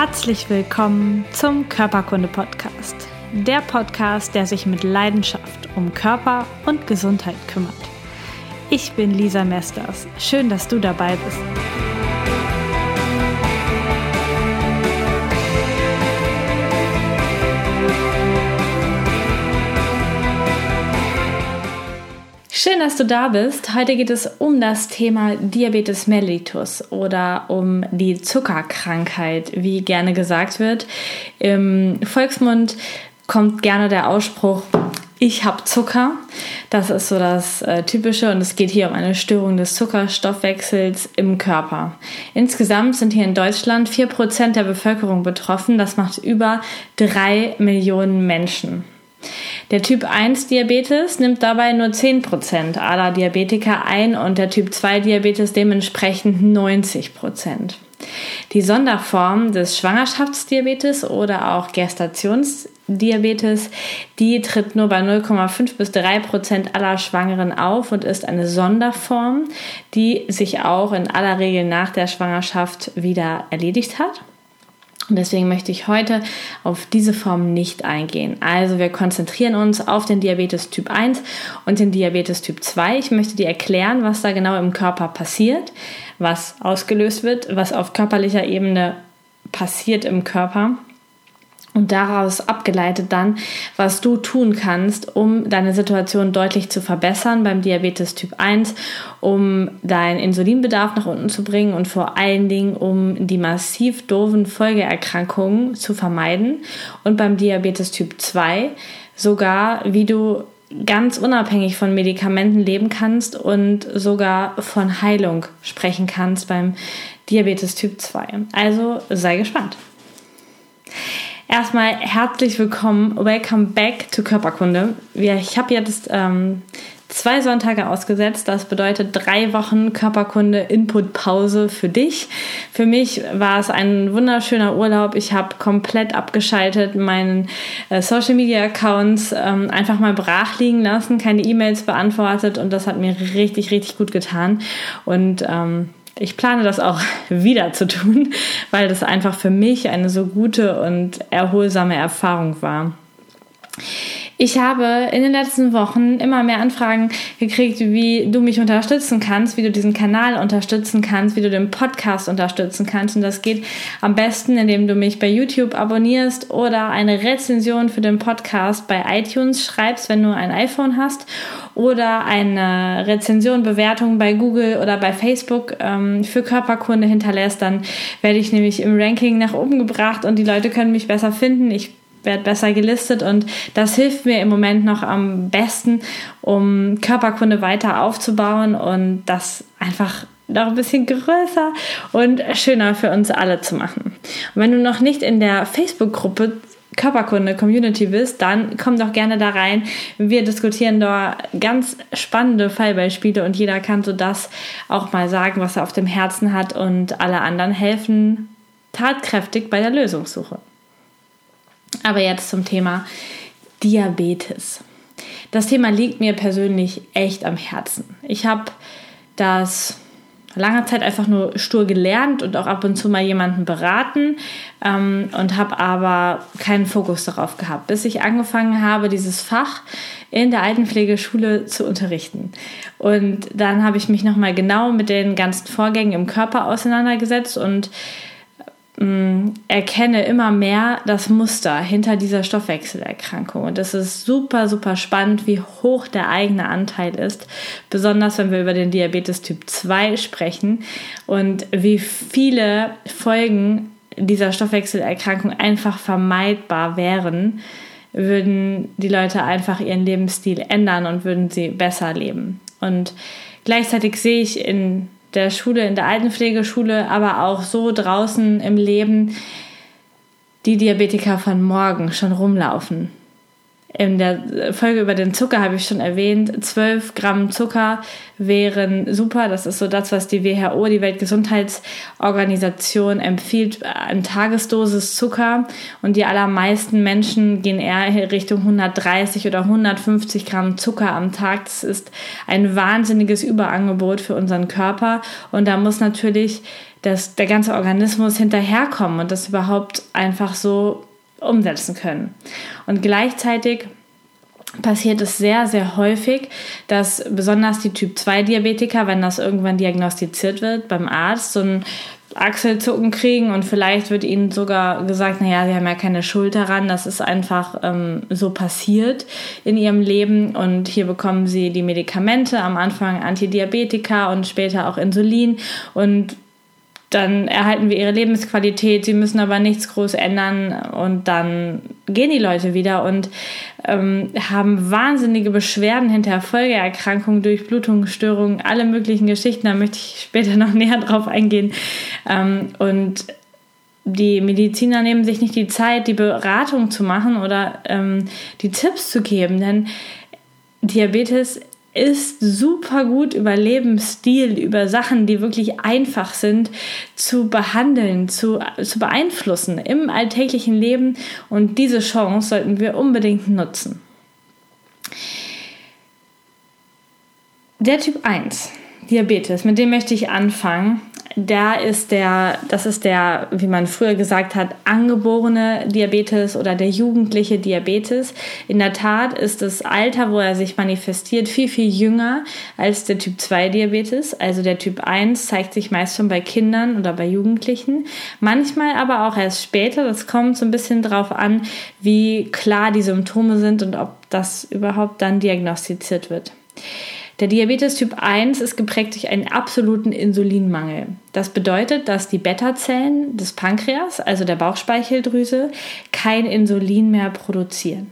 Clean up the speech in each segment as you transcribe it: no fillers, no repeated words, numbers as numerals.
Herzlich willkommen zum Körperkunde-Podcast. Der Podcast, der sich mit Leidenschaft um Körper und Gesundheit kümmert. Ich bin Lisa Mesters. Schön, dass du dabei bist. Schön, dass du da bist. Heute geht es um das Thema Diabetes mellitus oder um die Zuckerkrankheit, wie gerne gesagt wird. Im Volksmund kommt gerne der Ausspruch, ich habe Zucker. Das ist so das Typische und es geht hier um eine Störung des Zuckerstoffwechsels im Körper. Insgesamt sind hier in Deutschland 4% der Bevölkerung betroffen. Das macht über 3 Millionen Menschen. Der Typ 1 Diabetes nimmt dabei nur 10% aller Diabetiker ein und der Typ 2 Diabetes dementsprechend 90%. Die Sonderform des Schwangerschaftsdiabetes oder auch Gestationsdiabetes, die tritt nur bei 0,5 bis 3% aller Schwangeren auf und ist eine Sonderform, die sich auch in aller Regel nach der Schwangerschaft wieder erledigt hat. Und deswegen möchte ich heute auf diese Form nicht eingehen. Also wir konzentrieren uns auf den Diabetes Typ 1 und den Diabetes Typ 2. Ich möchte dir erklären, was da genau im Körper passiert, was ausgelöst wird, was auf körperlicher Ebene passiert im Körper. Und daraus abgeleitet dann, was du tun kannst, um deine Situation deutlich zu verbessern beim Diabetes Typ 1, um deinen Insulinbedarf nach unten zu bringen und vor allen Dingen, um die massiv doofen Folgeerkrankungen zu vermeiden. Und beim Diabetes Typ 2 sogar, wie du ganz unabhängig von Medikamenten leben kannst und sogar von Heilung sprechen kannst beim Diabetes Typ 2. Also sei gespannt. Erstmal herzlich willkommen, welcome back to Körperkunde. Ich habe jetzt 2 Sonntage ausgesetzt, das bedeutet 3 Wochen Körperkunde-Input-Pause für dich. Für mich war es ein wunderschöner Urlaub. Ich habe komplett abgeschaltet, meinen Social-Media-Accounts einfach mal brach liegen lassen, keine E-Mails beantwortet und das hat mir richtig, richtig gut getan. Und ich plane das auch wieder zu tun, weil das einfach für mich eine so gute und erholsame Erfahrung war. Ich habe in den letzten Wochen immer mehr Anfragen gekriegt, wie du mich unterstützen kannst, wie du diesen Kanal unterstützen kannst, wie du den Podcast unterstützen kannst. Und das geht am besten, indem du mich bei YouTube abonnierst oder eine Rezension für den Podcast bei iTunes schreibst, wenn du ein iPhone hast, oder eine Rezension, Bewertung bei Google oder bei Facebook für Körperkunde hinterlässt. Dann werde ich nämlich im Ranking nach oben gebracht und die Leute können mich besser finden. Ich werde besser gelistet und das hilft mir im Moment noch am besten, um Körperkunde weiter aufzubauen und das einfach noch ein bisschen größer und schöner für uns alle zu machen. Und wenn du noch nicht in der Facebook-Gruppe Körperkunde Community bist, dann komm doch gerne da rein. Wir diskutieren da ganz spannende Fallbeispiele und jeder kann so das auch mal sagen, was er auf dem Herzen hat und alle anderen helfen tatkräftig bei der Lösungssuche. Aber jetzt zum Thema Diabetes. Das Thema liegt mir persönlich echt am Herzen. Ich habe das lange Zeit einfach nur stur gelernt und auch ab und zu mal jemanden beraten und habe aber keinen Fokus darauf gehabt, bis ich angefangen habe, dieses Fach in der Altenpflegeschule zu unterrichten. Und dann habe ich mich nochmal genau mit den ganzen Vorgängen im Körper auseinandergesetzt und erkenne immer mehr das Muster hinter dieser Stoffwechselerkrankung. Und es ist super, super spannend, wie hoch der eigene Anteil ist, besonders wenn wir über den Diabetes Typ 2 sprechen und wie viele Folgen dieser Stoffwechselerkrankung einfach vermeidbar wären, würden die Leute einfach ihren Lebensstil ändern und würden sie besser leben. Und gleichzeitig sehe ich in der Schule, in der Altenpflegeschule, aber auch so draußen im Leben die Diabetiker von morgen schon rumlaufen. In der Folge über den Zucker habe ich schon erwähnt, 12 Gramm Zucker wären super. Das ist so das, was die WHO, die Weltgesundheitsorganisation, empfiehlt an Tagesdosis Zucker. Und die allermeisten Menschen gehen eher Richtung 130 oder 150 Gramm Zucker am Tag. Das ist ein wahnsinniges Überangebot für unseren Körper. Und da muss natürlich dass der ganze Organismus hinterherkommen und das überhaupt einfach so umsetzen können. Und gleichzeitig passiert es sehr, sehr häufig, dass besonders die Typ-2-Diabetiker, wenn das irgendwann diagnostiziert wird beim Arzt, so ein Achselzucken kriegen und vielleicht wird ihnen sogar gesagt, naja, sie haben ja keine Schuld daran, das ist einfach so passiert in ihrem Leben und hier bekommen sie die Medikamente, am Anfang Antidiabetika und später auch Insulin und dann erhalten wir ihre Lebensqualität, sie müssen aber nichts groß ändern und dann gehen die Leute wieder und haben wahnsinnige Beschwerden hinter Folgeerkrankungen, Durchblutungsstörungen, alle möglichen Geschichten, da möchte ich später noch näher drauf eingehen. Und die Mediziner nehmen sich nicht die Zeit, die Beratung zu machen oder die Tipps zu geben, denn Diabetes ist super gut über Lebensstil, über Sachen, die wirklich einfach sind, zu behandeln, zu beeinflussen im alltäglichen Leben und diese Chance sollten wir unbedingt nutzen. Der Typ 1 Diabetes, mit dem möchte ich anfangen. Das ist der, wie man früher gesagt hat, angeborene Diabetes oder der jugendliche Diabetes. In der Tat ist das Alter, wo er sich manifestiert, viel, viel jünger als der Typ 2 Diabetes. Also der Typ 1 zeigt sich meist schon bei Kindern oder bei Jugendlichen. Manchmal aber auch erst später. Das kommt so ein bisschen drauf an, wie klar die Symptome sind und ob das überhaupt dann diagnostiziert wird. Der Diabetes Typ 1 ist geprägt durch einen absoluten Insulinmangel. Das bedeutet, dass die Beta-Zellen des Pankreas, also der Bauchspeicheldrüse, kein Insulin mehr produzieren.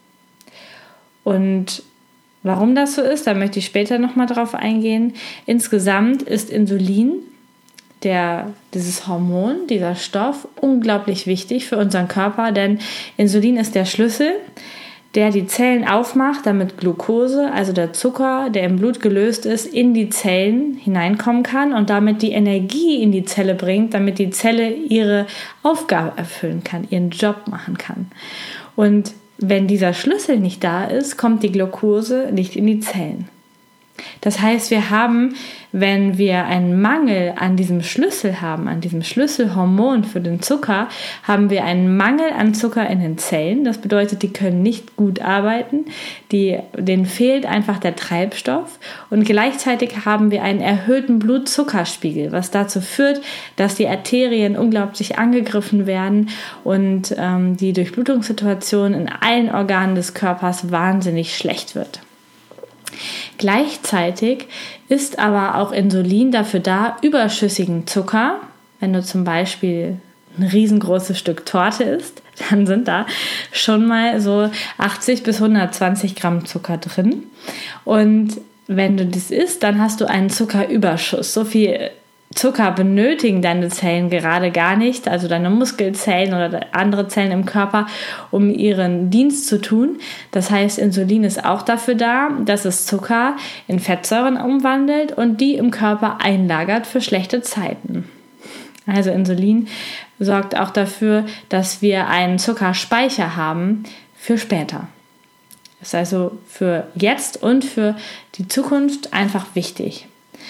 Und warum das so ist, da möchte ich später nochmal drauf eingehen. Insgesamt ist Insulin, dieses Hormon, dieser Stoff, unglaublich wichtig für unseren Körper, denn Insulin ist der Schlüssel, der die Zellen aufmacht, damit Glucose, also der Zucker, der im Blut gelöst ist, in die Zellen hineinkommen kann und damit die Energie in die Zelle bringt, damit die Zelle ihre Aufgabe erfüllen kann, ihren Job machen kann. Und wenn dieser Schlüssel nicht da ist, kommt die Glucose nicht in die Zellen. Das heißt, wir haben, wenn wir einen Mangel an diesem Schlüssel haben, an diesem Schlüsselhormon für den Zucker, haben wir einen Mangel an Zucker in den Zellen. Das bedeutet, die können nicht gut arbeiten, denen fehlt einfach der Treibstoff und gleichzeitig haben wir einen erhöhten Blutzuckerspiegel, was dazu führt, dass die Arterien unglaublich angegriffen werden und die Durchblutungssituation in allen Organen des Körpers wahnsinnig schlecht wird. Gleichzeitig ist aber auch Insulin dafür da, überschüssigen Zucker, wenn du zum Beispiel ein riesengroßes Stück Torte isst, dann sind da schon mal so 80 bis 120 Gramm Zucker drin. Und wenn du das isst, dann hast du einen Zuckerüberschuss. So viel Zucker benötigen deine Zellen gerade gar nicht, also deine Muskelzellen oder andere Zellen im Körper, um ihren Dienst zu tun. Das heißt, Insulin ist auch dafür da, dass es Zucker in Fettsäuren umwandelt und die im Körper einlagert für schlechte Zeiten. Also Insulin sorgt auch dafür, dass wir einen Zuckerspeicher haben für später. Das ist also für jetzt und für die Zukunft einfach wichtig.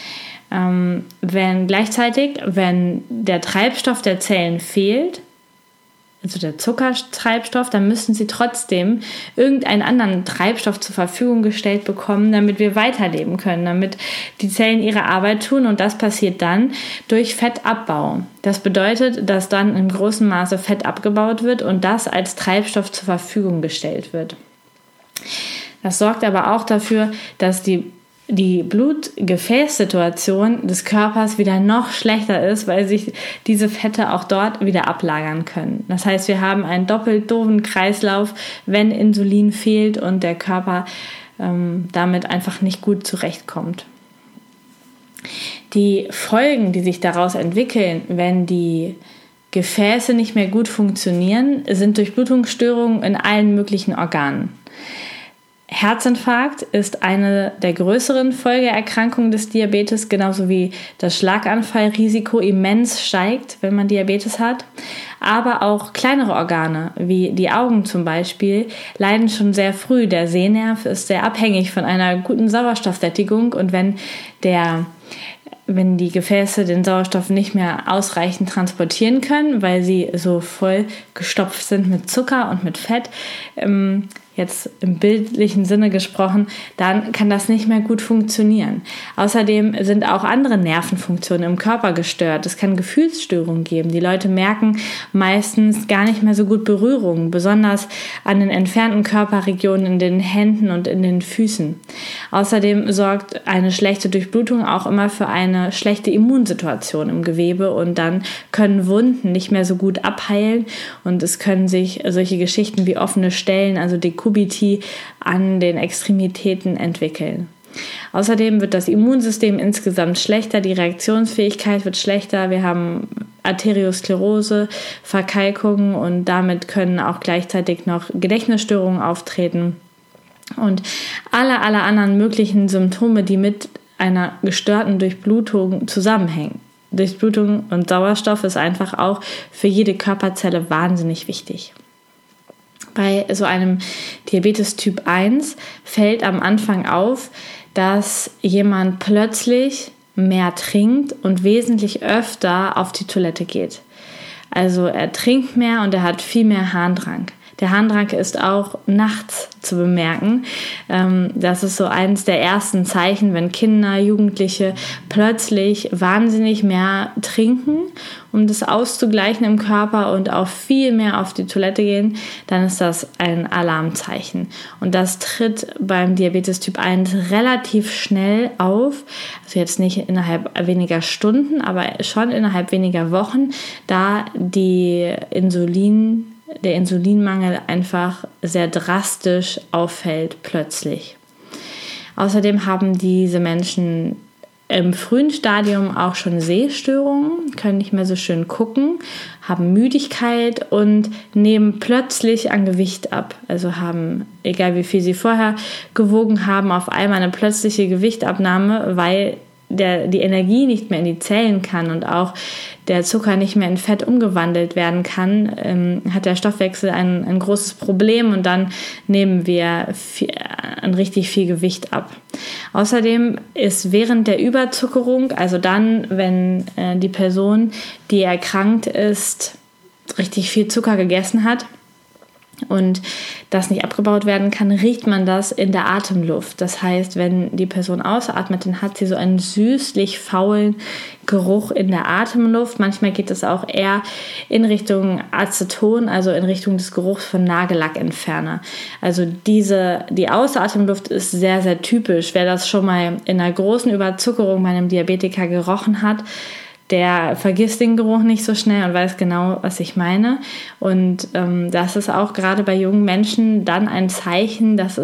Wenn der Treibstoff der Zellen fehlt, also der Zuckertreibstoff, dann müssen sie trotzdem irgendeinen anderen Treibstoff zur Verfügung gestellt bekommen, damit wir weiterleben können, damit die Zellen ihre Arbeit tun und das passiert dann durch Fettabbau. Das bedeutet, dass dann in großem Maße Fett abgebaut wird und das als Treibstoff zur Verfügung gestellt wird. Das sorgt aber auch dafür, dass die Blutgefäßsituation des Körpers wieder noch schlechter ist, weil sich diese Fette auch dort wieder ablagern können. Das heißt, wir haben einen doppelt doofen Kreislauf, wenn Insulin fehlt und der Körper damit einfach nicht gut zurechtkommt. Die Folgen, die sich daraus entwickeln, wenn die Gefäße nicht mehr gut funktionieren, sind Durchblutungsstörungen in allen möglichen Organen. Herzinfarkt ist eine der größeren Folgeerkrankungen des Diabetes, genauso wie das Schlaganfallrisiko immens steigt, wenn man Diabetes hat. Aber auch kleinere Organe, wie die Augen zum Beispiel, leiden schon sehr früh. Der Sehnerv ist sehr abhängig von einer guten Sauerstoffsättigung und wenn der wenn die Gefäße den Sauerstoff nicht mehr ausreichend transportieren können, weil sie so voll gestopft sind mit Zucker und mit Fett, jetzt im bildlichen Sinne gesprochen, dann kann das nicht mehr gut funktionieren. Außerdem sind auch andere Nervenfunktionen im Körper gestört. Es kann Gefühlsstörungen geben. Die Leute merken meistens gar nicht mehr so gut Berührungen, besonders an den entfernten Körperregionen in den Händen und in den Füßen. Außerdem sorgt eine schlechte Durchblutung auch immer für eine schlechte Immunsituation im Gewebe und dann können Wunden nicht mehr so gut abheilen und es können sich solche Geschichten wie offene Stellen, also Dekubiti, an den Extremitäten entwickeln. Außerdem wird das Immunsystem insgesamt schlechter, die Reaktionsfähigkeit wird schlechter, wir haben Arteriosklerose, Verkalkungen und damit können auch gleichzeitig noch Gedächtnisstörungen auftreten und alle anderen möglichen Symptome, die mit einer gestörten Durchblutung zusammenhängen. Durchblutung und Sauerstoff ist einfach auch für jede Körperzelle wahnsinnig wichtig. Bei so einem Diabetes Typ 1 fällt am Anfang auf, dass jemand plötzlich mehr trinkt und wesentlich öfter auf die Toilette geht. Also er trinkt mehr und er hat viel mehr Harndrang. Der Harndrang ist auch nachts zu bemerken. Das ist so eines der ersten Zeichen, wenn Kinder, Jugendliche plötzlich wahnsinnig mehr trinken, um das auszugleichen im Körper und auch viel mehr auf die Toilette gehen, dann ist das ein Alarmzeichen. Und das tritt beim Diabetes Typ 1 relativ schnell auf, also jetzt nicht innerhalb weniger Stunden, aber schon innerhalb weniger Wochen, da der Insulinmangel einfach sehr drastisch auffällt plötzlich. Außerdem haben diese Menschen im frühen Stadium auch schon Sehstörungen, können nicht mehr so schön gucken, haben Müdigkeit und nehmen plötzlich an Gewicht ab. Also haben, egal wie viel sie vorher gewogen haben, auf einmal eine plötzliche Gewichtabnahme, weil die Energie nicht mehr in die Zellen kann und auch der Zucker nicht mehr in Fett umgewandelt werden kann, hat der Stoffwechsel ein großes Problem und dann nehmen wir richtig viel Gewicht ab. Außerdem ist während der Überzuckerung, also dann, wenn die Person, die erkrankt ist, richtig viel Zucker gegessen hat, und das nicht abgebaut werden kann, riecht man das in der Atemluft. Das heißt, wenn die Person ausatmet, dann hat sie so einen süßlich faulen Geruch in der Atemluft. Manchmal geht es auch eher in Richtung Aceton, also in Richtung des Geruchs von Nagellackentferner. Also die Ausatemluft ist sehr, sehr typisch. Wer das schon mal in einer großen Überzuckerung bei einem Diabetiker gerochen hat, der vergisst den Geruch nicht so schnell und weiß genau, was ich meine. Und das ist auch gerade bei jungen Menschen dann ein Zeichen, dass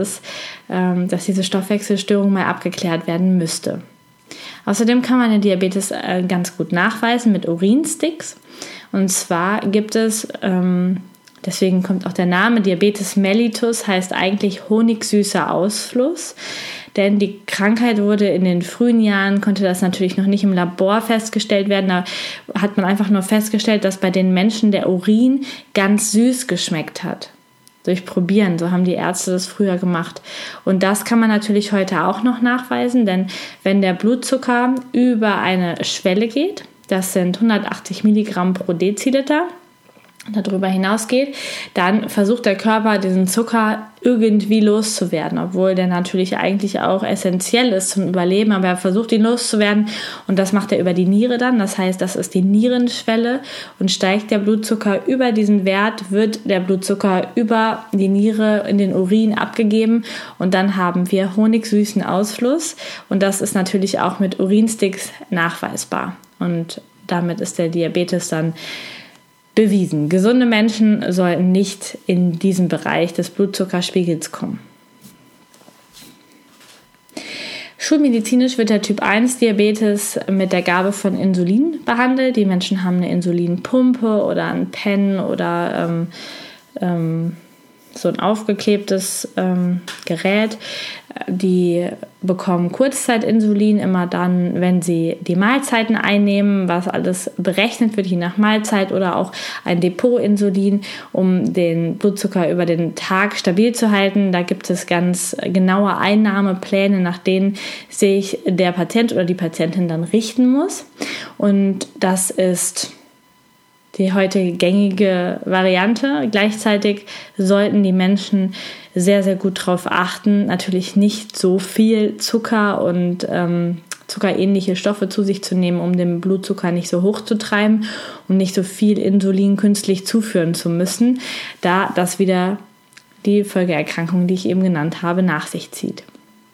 diese Stoffwechselstörung mal abgeklärt werden müsste. Außerdem kann man den Diabetes ganz gut nachweisen mit Urinsticks. Und zwar gibt es, deswegen kommt auch der Name, Diabetes mellitus, heißt eigentlich honigsüßer Ausfluss. Denn die Krankheit wurde in den frühen Jahren, konnte das natürlich noch nicht im Labor festgestellt werden. Da hat man einfach nur festgestellt, dass bei den Menschen der Urin ganz süß geschmeckt hat. Durch Probieren, so haben die Ärzte das früher gemacht. Und das kann man natürlich heute auch noch nachweisen, denn wenn der Blutzucker über eine Schwelle geht, das sind 180 Milligramm pro Deziliter, darüber hinausgeht, dann versucht der Körper, diesen Zucker irgendwie loszuwerden, obwohl der natürlich eigentlich auch essentiell ist zum Überleben, aber er versucht, ihn loszuwerden und das macht er über die Niere dann. Das heißt, das ist die Nierenschwelle und steigt der Blutzucker über diesen Wert, wird der Blutzucker über die Niere in den Urin abgegeben und dann haben wir honigsüßen Ausfluss und das ist natürlich auch mit Urinsticks nachweisbar und damit ist der Diabetes dann bewiesen. Gesunde Menschen sollten nicht in diesen Bereich des Blutzuckerspiegels kommen. Schulmedizinisch wird der Typ 1 Diabetes mit der Gabe von Insulin behandelt. Die Menschen haben eine Insulinpumpe oder einen Pen oder so ein aufgeklebtes Gerät. Die bekommen Kurzzeitinsulin immer dann, wenn sie die Mahlzeiten einnehmen, was alles berechnet wird, je nach Mahlzeit, oder auch ein Depotinsulin, um den Blutzucker über den Tag stabil zu halten. Da gibt es ganz genaue Einnahmepläne, nach denen sich der Patient oder die Patientin dann richten muss. Und das ist die heute gängige Variante. Gleichzeitig sollten die Menschen sehr, sehr gut darauf achten, natürlich nicht so viel Zucker und zuckerähnliche Stoffe zu sich zu nehmen, um den Blutzucker nicht so hoch zu treiben und nicht so viel Insulin künstlich zuführen zu müssen, da das wieder die Folgeerkrankung, die ich eben genannt habe, nach sich zieht.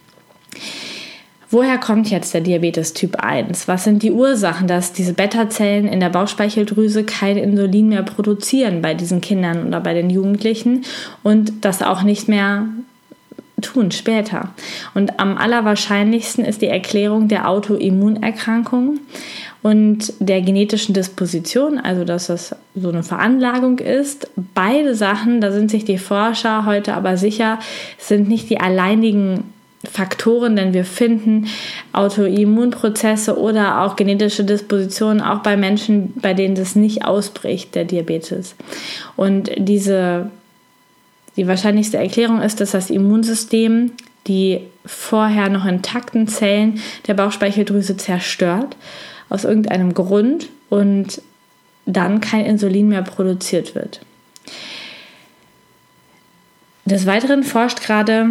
Woher kommt jetzt der Diabetes Typ 1? Was sind die Ursachen, dass diese Beta-Zellen in der Bauchspeicheldrüse kein Insulin mehr produzieren bei diesen Kindern oder bei den Jugendlichen und das auch nicht mehr tun später? Und am allerwahrscheinlichsten ist die Erklärung der Autoimmunerkrankung und der genetischen Disposition, also dass das so eine Veranlagung ist. Beide Sachen, da sind sich die Forscher heute aber sicher, sind nicht die alleinigen Faktoren, denn wir finden Autoimmunprozesse oder auch genetische Dispositionen auch bei Menschen, bei denen das nicht ausbricht, der Diabetes. Und die wahrscheinlichste Erklärung ist, dass das Immunsystem die vorher noch intakten Zellen der Bauchspeicheldrüse zerstört, aus irgendeinem Grund, und dann kein Insulin mehr produziert wird. Des Weiteren forscht gerade,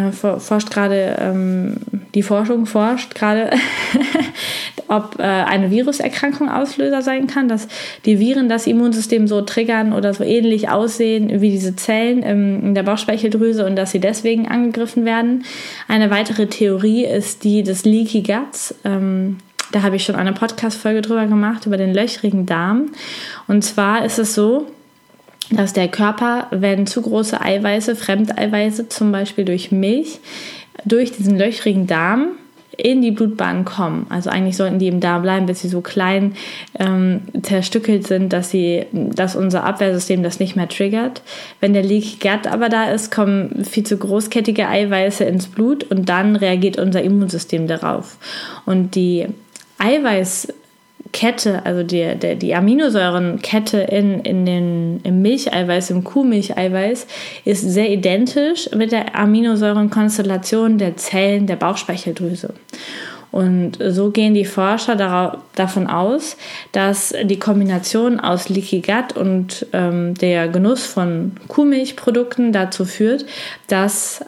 ob eine Viruserkrankung Auslöser sein kann, dass die Viren das Immunsystem so triggern oder so ähnlich aussehen wie diese Zellen in der Bauchspeicheldrüse und dass sie deswegen angegriffen werden. Eine weitere Theorie ist die des Leaky Guts. Da habe ich schon eine Podcast-Folge drüber gemacht, über den löchrigen Darm. Und zwar ist es so, dass der Körper, wenn zu große Eiweiße, Fremdeiweiße, zum Beispiel durch Milch, durch diesen löchrigen Darm in die Blutbahn kommen. Also eigentlich sollten die im Darm bleiben, bis sie so klein zerstückelt sind, dass unser Abwehrsystem das nicht mehr triggert. Wenn der Leaky Gut aber da ist, kommen viel zu großkettige Eiweiße ins Blut und dann reagiert unser Immunsystem darauf. Und die Eiweißkette, also die Aminosäurenkette im Milcheiweiß, im Kuhmilcheiweiß, ist sehr identisch mit der Aminosäurenkonstellation der Zellen der Bauchspeicheldrüse. Und so gehen die Forscher davon aus, dass die Kombination aus Leaky Gut und der Genuss von Kuhmilchprodukten dazu führt, dass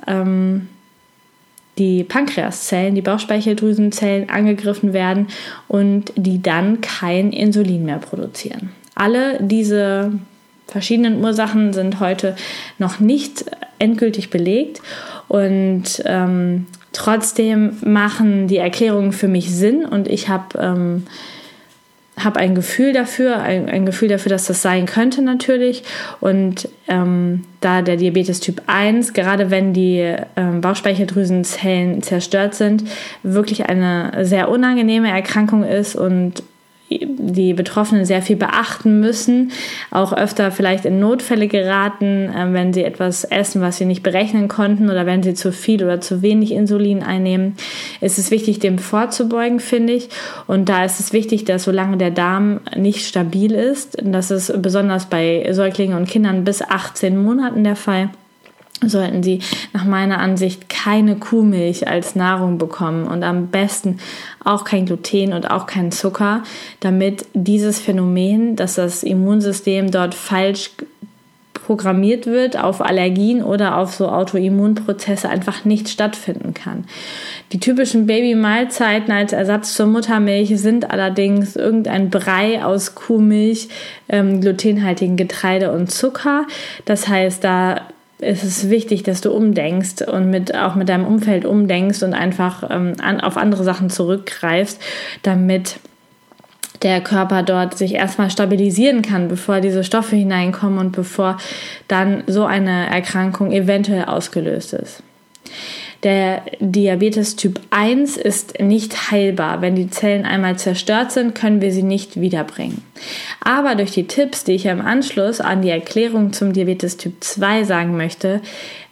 die Pankreaszellen, die Bauchspeicheldrüsenzellen angegriffen werden und die dann kein Insulin mehr produzieren. Alle diese verschiedenen Ursachen sind heute noch nicht endgültig belegt und trotzdem machen die Erklärungen für mich Sinn und ich habe ein Gefühl dafür, dass das sein könnte natürlich. Und da der Diabetes Typ 1, gerade wenn die Bauchspeicheldrüsenzellen zerstört sind, wirklich eine sehr unangenehme Erkrankung ist und die Betroffenen sehr viel beachten müssen, auch öfter vielleicht in Notfälle geraten, wenn sie etwas essen, was sie nicht berechnen konnten oder wenn sie zu viel oder zu wenig Insulin einnehmen, ist es wichtig, dem vorzubeugen, finde ich. Und da ist es wichtig, dass solange der Darm nicht stabil ist, das ist besonders bei Säuglingen und Kindern bis 18 Monaten der Fall, sollten sie nach meiner Ansicht keine Kuhmilch als Nahrung bekommen und am besten auch kein Gluten und auch kein Zucker, damit dieses Phänomen, dass das Immunsystem dort falsch programmiert wird auf Allergien oder auf so Autoimmunprozesse, einfach nicht stattfinden kann. Die typischen Babymahlzeiten als Ersatz zur Muttermilch sind allerdings irgendein Brei aus Kuhmilch, glutenhaltigen Getreide und Zucker. Das heißt, da ist es wichtig, dass du umdenkst und auch mit deinem Umfeld umdenkst und einfach auf andere Sachen zurückgreifst, damit der Körper dort sich erstmal stabilisieren kann, bevor diese Stoffe hineinkommen und bevor dann so eine Erkrankung eventuell ausgelöst ist. Der Diabetes Typ 1 ist nicht heilbar. Wenn die Zellen einmal zerstört sind, können wir sie nicht wiederbringen. Aber durch die Tipps, die ich im Anschluss an die Erklärung zum Diabetes Typ 2 sagen möchte,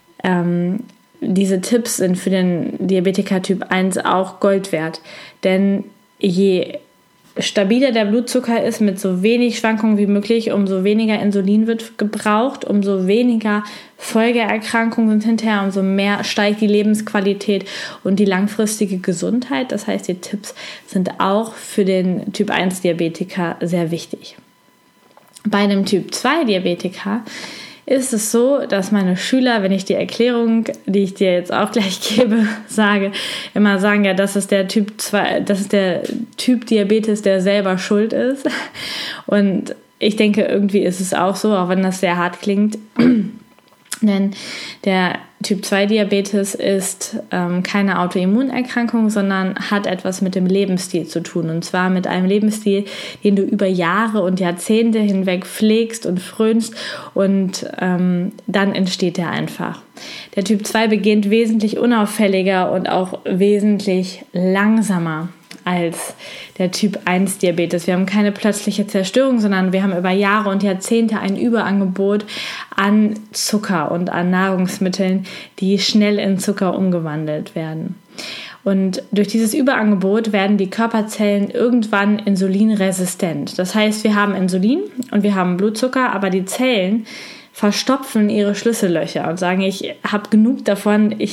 diese Tipps sind für den Diabetiker Typ 1 auch Gold wert. Denn je stabiler der Blutzucker ist, mit so wenig Schwankungen wie möglich, umso weniger Insulin wird gebraucht, umso weniger Folgeerkrankungen sind hinterher, umso mehr steigt die Lebensqualität und die langfristige Gesundheit. Das heißt, die Tipps sind auch für den Typ 1 Diabetiker sehr wichtig. Bei einem Typ 2 Diabetiker ist es so, dass meine Schüler, wenn ich die Erklärung, die ich dir jetzt auch gleich gebe, sage, immer sagen, ja, das ist der Typ 2, das ist der Typ Diabetes, der selber schuld ist. Und ich denke, irgendwie ist es auch so, auch wenn das sehr hart klingt. Denn der Typ 2 Diabetes ist keine Autoimmunerkrankung, sondern hat etwas mit dem Lebensstil zu tun. Und zwar mit einem Lebensstil, den du über Jahre und Jahrzehnte hinweg pflegst und frönst und dann entsteht er einfach. Der Typ 2 beginnt wesentlich unauffälliger und auch wesentlich langsamer als der Typ 1 Diabetes. Wir haben keine plötzliche Zerstörung, sondern wir haben über Jahre und Jahrzehnte ein Überangebot an Zucker und an Nahrungsmitteln, die schnell in Zucker umgewandelt werden. Und durch dieses Überangebot werden die Körperzellen irgendwann insulinresistent. Das heißt, wir haben Insulin und wir haben Blutzucker, aber die Zellen verstopfen ihre Schlüssellöcher und sagen, ich habe genug davon, ich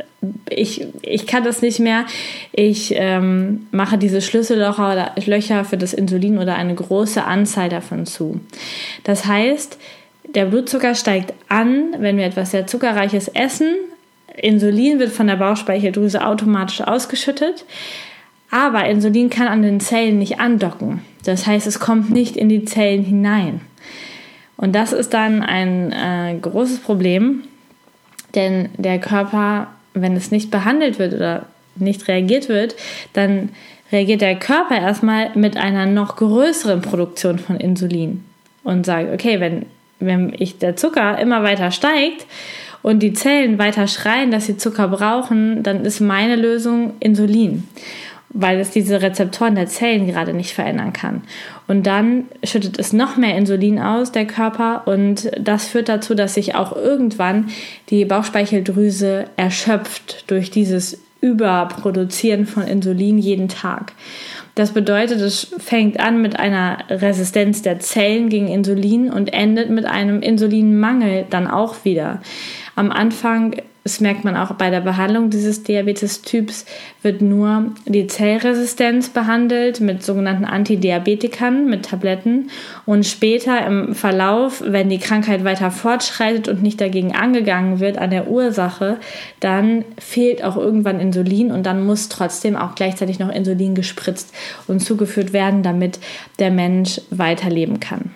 kann das nicht mehr, ich mache diese Schlüssellöcher für das Insulin oder eine große Anzahl davon zu. Das heißt, der Blutzucker steigt an, wenn wir etwas sehr Zuckerreiches essen, Insulin wird von der Bauchspeicheldrüse automatisch ausgeschüttet, aber Insulin kann an den Zellen nicht andocken. Das heißt, es kommt nicht in die Zellen hinein. Und das ist dann ein großes Problem, denn der Körper, wenn es nicht behandelt wird oder nicht reagiert wird, dann reagiert der Körper erstmal mit einer noch größeren Produktion von Insulin und sagt, okay, wenn der Zucker immer weiter steigt und die Zellen weiter schreien, dass sie Zucker brauchen, dann ist meine Lösung Insulin, weil es diese Rezeptoren der Zellen gerade nicht verändern kann. Und dann schüttet es noch mehr Insulin aus, der Körper, und das führt dazu, dass sich auch irgendwann die Bauchspeicheldrüse erschöpft durch dieses Überproduzieren von Insulin jeden Tag. Das bedeutet, es fängt an mit einer Resistenz der Zellen gegen Insulin und endet mit einem Insulinmangel dann auch wieder. Am Anfang, das merkt man auch bei der Behandlung dieses Diabetes-Typs, wird nur die Zellresistenz behandelt mit sogenannten Antidiabetikern, mit Tabletten. Und später im Verlauf, wenn die Krankheit weiter fortschreitet und nicht dagegen angegangen wird an der Ursache, dann fehlt auch irgendwann Insulin und dann muss trotzdem auch gleichzeitig noch Insulin gespritzt und zugeführt werden, damit der Mensch weiterleben kann.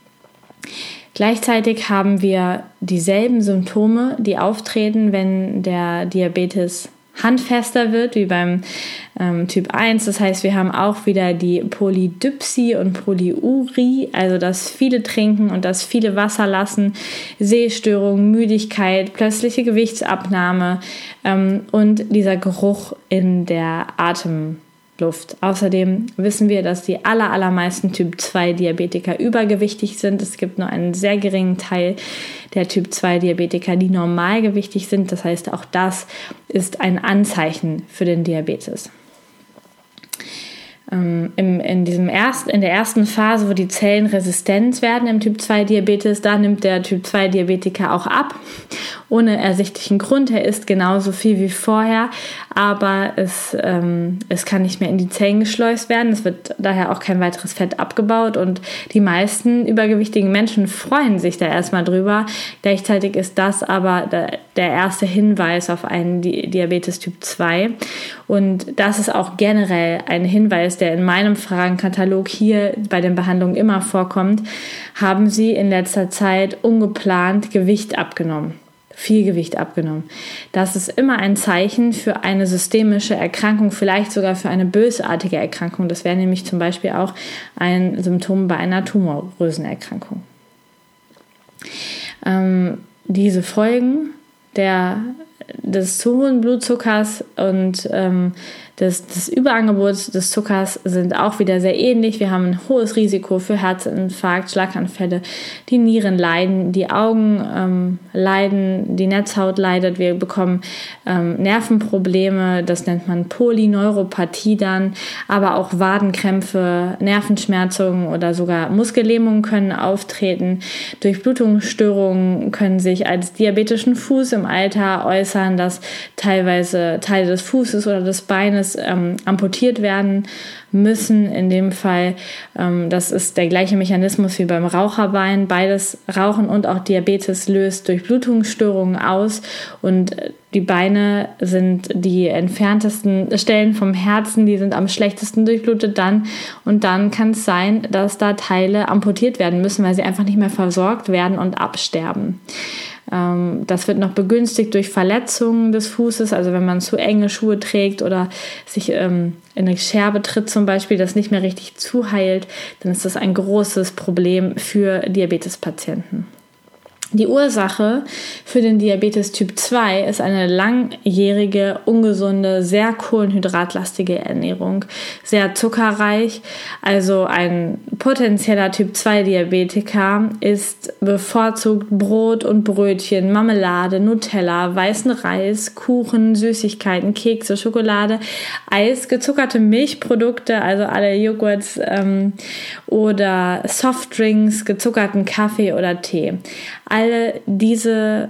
Gleichzeitig haben wir dieselben Symptome, die auftreten, wenn der Diabetes handfester wird, wie beim Typ 1. Das heißt, wir haben auch wieder die Polydipsie und Polyurie, also das viele Trinken und das viele Wasser lassen, Sehstörungen, Müdigkeit, plötzliche Gewichtsabnahme und dieser Geruch in der Atemluft. Außerdem wissen wir, dass die allermeisten Typ 2 Diabetiker übergewichtig sind. Es gibt nur einen sehr geringen Teil der Typ 2 Diabetiker, die normalgewichtig sind. Das heißt, auch das ist ein Anzeichen für den Diabetes. In der ersten Phase, wo die Zellen resistent werden im Typ 2 Diabetes, da nimmt der Typ 2 Diabetiker auch ab, ohne ersichtlichen Grund. Er isst genauso viel wie vorher, aber es kann nicht mehr in die Zellen geschleust werden. Es wird daher auch kein weiteres Fett abgebaut und die meisten übergewichtigen Menschen freuen sich da erstmal drüber. Gleichzeitig ist das aber der erste Hinweis auf einen Diabetes Typ 2 und das ist auch generell ein Hinweis, der in meinem Fragenkatalog hier bei den Behandlungen immer vorkommt. Haben Sie in letzter Zeit ungeplant Gewicht abgenommen? Viel Gewicht abgenommen. Das ist immer ein Zeichen für eine systemische Erkrankung, vielleicht sogar für eine bösartige Erkrankung. Das wäre nämlich zum Beispiel auch ein Symptom bei einer tumorösen Erkrankung. Diese Folgen des zu hohen Blutzuckers und des Überangebots des Zuckers sind auch wieder sehr ähnlich. Wir haben ein hohes Risiko für Herzinfarkt, Schlaganfälle, die Nieren leiden, die Augen leiden, die Netzhaut leidet, wir bekommen Nervenprobleme, das nennt man Polyneuropathie dann, aber auch Wadenkrämpfe, Nervenschmerzungen oder sogar Muskellähmungen können auftreten. Durchblutungsstörungen können sich als diabetischen Fuß im Alter äußern, dass teilweise Teile des Fußes oder des Beines amputiert werden müssen. In dem Fall, das ist der gleiche Mechanismus wie beim Raucherbein. Beides, Rauchen und auch Diabetes, löst Durchblutungsstörungen aus und die Beine sind die entferntesten Stellen vom Herzen, die sind am schlechtesten durchblutet dann und dann kann es sein, dass da Teile amputiert werden müssen, weil sie einfach nicht mehr versorgt werden und absterben. Das wird noch begünstigt durch Verletzungen des Fußes, also wenn man zu enge Schuhe trägt oder sich in eine Scherbe tritt zum Beispiel, das nicht mehr richtig zuheilt, dann ist das ein großes Problem für Diabetespatienten. Die Ursache für den Diabetes Typ 2 ist eine langjährige, ungesunde, sehr kohlenhydratlastige Ernährung, sehr zuckerreich. Also ein potenzieller Typ 2 Diabetiker isst bevorzugt Brot und Brötchen, Marmelade, Nutella, weißen Reis, Kuchen, Süßigkeiten, Kekse, Schokolade, Eis, gezuckerte Milchprodukte, also alle Joghurts oder Softdrinks, gezuckerten Kaffee oder Tee. Alle diese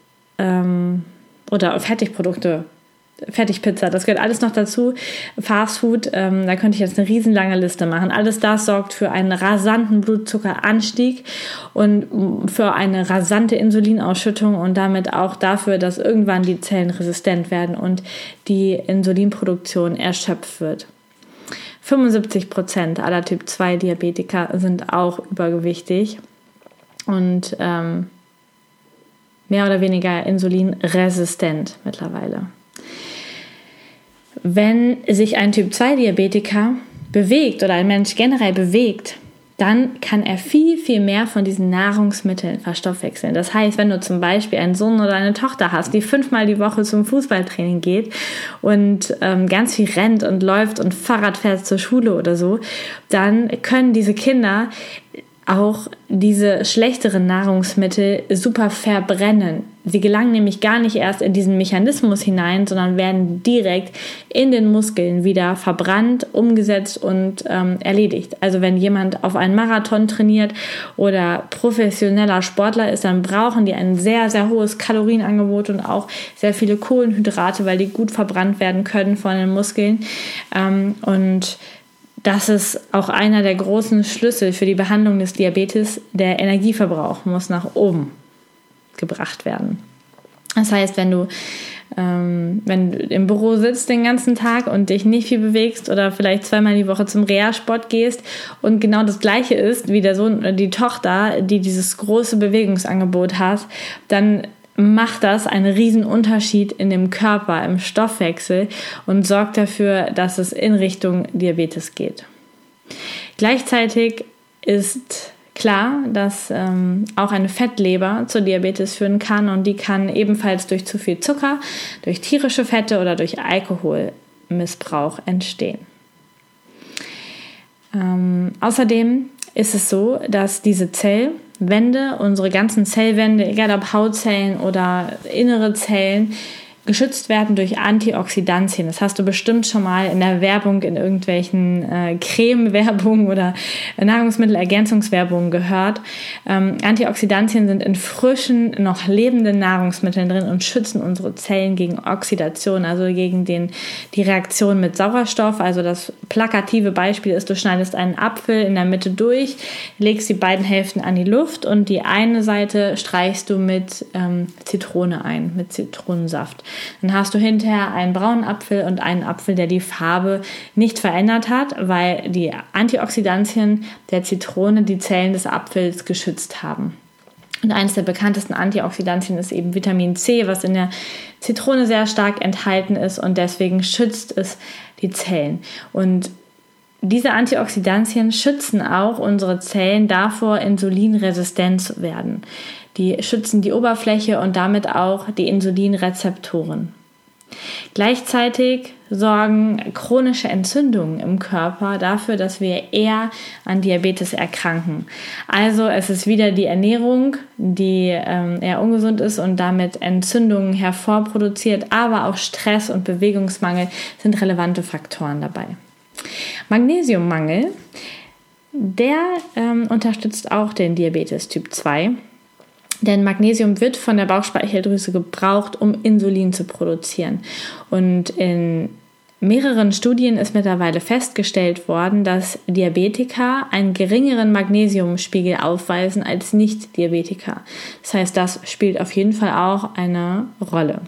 oder Fertigprodukte, Fertigpizza, das gehört alles noch dazu. Fastfood, da könnte ich jetzt eine riesenlange Liste machen. Alles das sorgt für einen rasanten Blutzuckeranstieg und für eine rasante Insulinausschüttung und damit auch dafür, dass irgendwann die Zellen resistent werden und die Insulinproduktion erschöpft wird. 75% aller Typ 2 Diabetiker sind auch übergewichtig und mehr oder weniger insulinresistent mittlerweile. Wenn sich ein Typ 2 Diabetiker bewegt oder ein Mensch generell bewegt, dann kann er viel, viel mehr von diesen Nahrungsmitteln verstoffwechseln. Das heißt, wenn du zum Beispiel einen Sohn oder eine Tochter hast, die 5-mal die Woche zum Fußballtraining geht und ganz viel rennt und läuft und Fahrrad fährt zur Schule oder so, dann können diese Kinder auch diese schlechteren Nahrungsmittel super verbrennen. Sie gelangen nämlich gar nicht erst in diesen Mechanismus hinein, sondern werden direkt in den Muskeln wieder verbrannt, umgesetzt und erledigt. Also wenn jemand auf einen Marathon trainiert oder professioneller Sportler ist, dann brauchen die ein sehr, sehr hohes Kalorienangebot und auch sehr viele Kohlenhydrate, weil die gut verbrannt werden können von den Muskeln. Und das ist auch einer der großen Schlüssel für die Behandlung des Diabetes. Der Energieverbrauch muss nach oben gebracht werden. Das heißt, wenn du im Büro sitzt den ganzen Tag und dich nicht viel bewegst oder vielleicht 2-mal die Woche zum Reha-Sport gehst und genau das Gleiche ist wie der Sohn oder die Tochter, die dieses große Bewegungsangebot hat, dann macht das einen riesen Unterschied in dem Körper, im Stoffwechsel und sorgt dafür, dass es in Richtung Diabetes geht. Gleichzeitig ist klar, dass auch eine Fettleber zu Diabetes führen kann und die kann ebenfalls durch zu viel Zucker, durch tierische Fette oder durch Alkoholmissbrauch entstehen. Außerdem ist es so, dass diese Zellwände, unsere ganzen Zellwände, egal ob Hautzellen oder innere Zellen, geschützt werden durch Antioxidantien. Das hast du bestimmt schon mal in der Werbung, in irgendwelchen Creme-Werbungen oder Nahrungsmittelergänzungswerbungen gehört. Antioxidantien sind in frischen, noch lebenden Nahrungsmitteln drin und schützen unsere Zellen gegen Oxidation, also gegen die Reaktion mit Sauerstoff. Also das plakative Beispiel ist, du schneidest einen Apfel in der Mitte durch, legst die beiden Hälften an die Luft und die eine Seite streichst du mit Zitrone ein, mit Zitronensaft. Dann hast du hinterher einen braunen Apfel und einen Apfel, der die Farbe nicht verändert hat, weil die Antioxidantien der Zitrone die Zellen des Apfels geschützt haben. Und eines der bekanntesten Antioxidantien ist eben Vitamin C, was in der Zitrone sehr stark enthalten ist und deswegen schützt es die Zellen. Und diese Antioxidantien schützen auch unsere Zellen davor, insulinresistent zu werden. Die schützen die Oberfläche und damit auch die Insulinrezeptoren. Gleichzeitig sorgen chronische Entzündungen im Körper dafür, dass wir eher an Diabetes erkranken. Also es ist wieder die Ernährung, die eher ungesund ist und damit Entzündungen hervorproduziert, aber auch Stress und Bewegungsmangel sind relevante Faktoren dabei. Magnesiummangel, der unterstützt auch den Diabetes Typ 2. Denn Magnesium wird von der Bauchspeicheldrüse gebraucht, um Insulin zu produzieren. Und in mehreren Studien ist mittlerweile festgestellt worden, dass Diabetiker einen geringeren Magnesiumspiegel aufweisen als Nicht-Diabetiker. Das heißt, das spielt auf jeden Fall auch eine Rolle.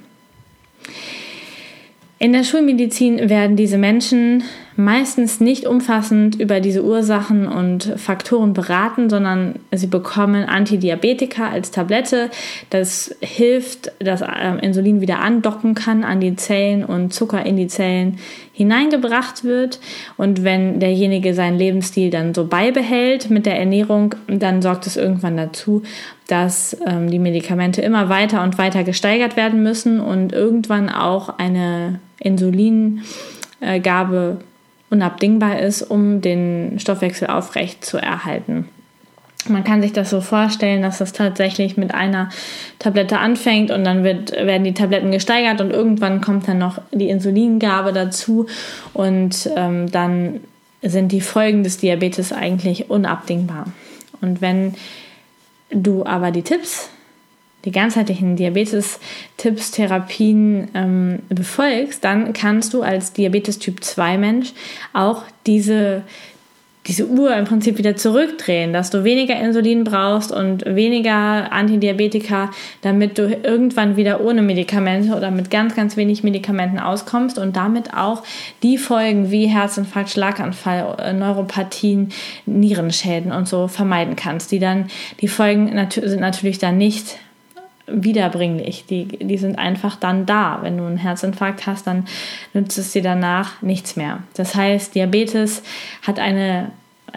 In der Schulmedizin werden diese Menschen meistens nicht umfassend über diese Ursachen und Faktoren beraten, sondern sie bekommen Antidiabetika als Tablette. Das hilft, dass Insulin wieder andocken kann an die Zellen und Zucker in die Zellen hineingebracht wird. Und wenn derjenige seinen Lebensstil dann so beibehält mit der Ernährung, dann sorgt es irgendwann dazu, dass die Medikamente immer weiter und weiter gesteigert werden müssen und irgendwann auch eine Insulingabe unabdingbar ist, um den Stoffwechsel aufrecht zu erhalten. Man kann sich das so vorstellen, dass das tatsächlich mit einer Tablette anfängt und dann werden die Tabletten gesteigert und irgendwann kommt dann noch die Insulingabe dazu und dann sind die Folgen des Diabetes eigentlich unabdingbar. Und wenn du aber die ganzheitlichen Diabetes-Tipps, Therapien befolgst, dann kannst du als Diabetes-Typ-2-Mensch auch diese Uhr im Prinzip wieder zurückdrehen, dass du weniger Insulin brauchst und weniger Antidiabetika, damit du irgendwann wieder ohne Medikamente oder mit ganz, ganz wenig Medikamenten auskommst und damit auch die Folgen wie Herzinfarkt, Schlaganfall, Neuropathien, Nierenschäden und so vermeiden kannst. Die Folgen sind natürlich dann nicht wiederbringlich. Die sind einfach dann da. Wenn du einen Herzinfarkt hast, dann nützt es dir danach nichts mehr. Das heißt, Diabetes hat ein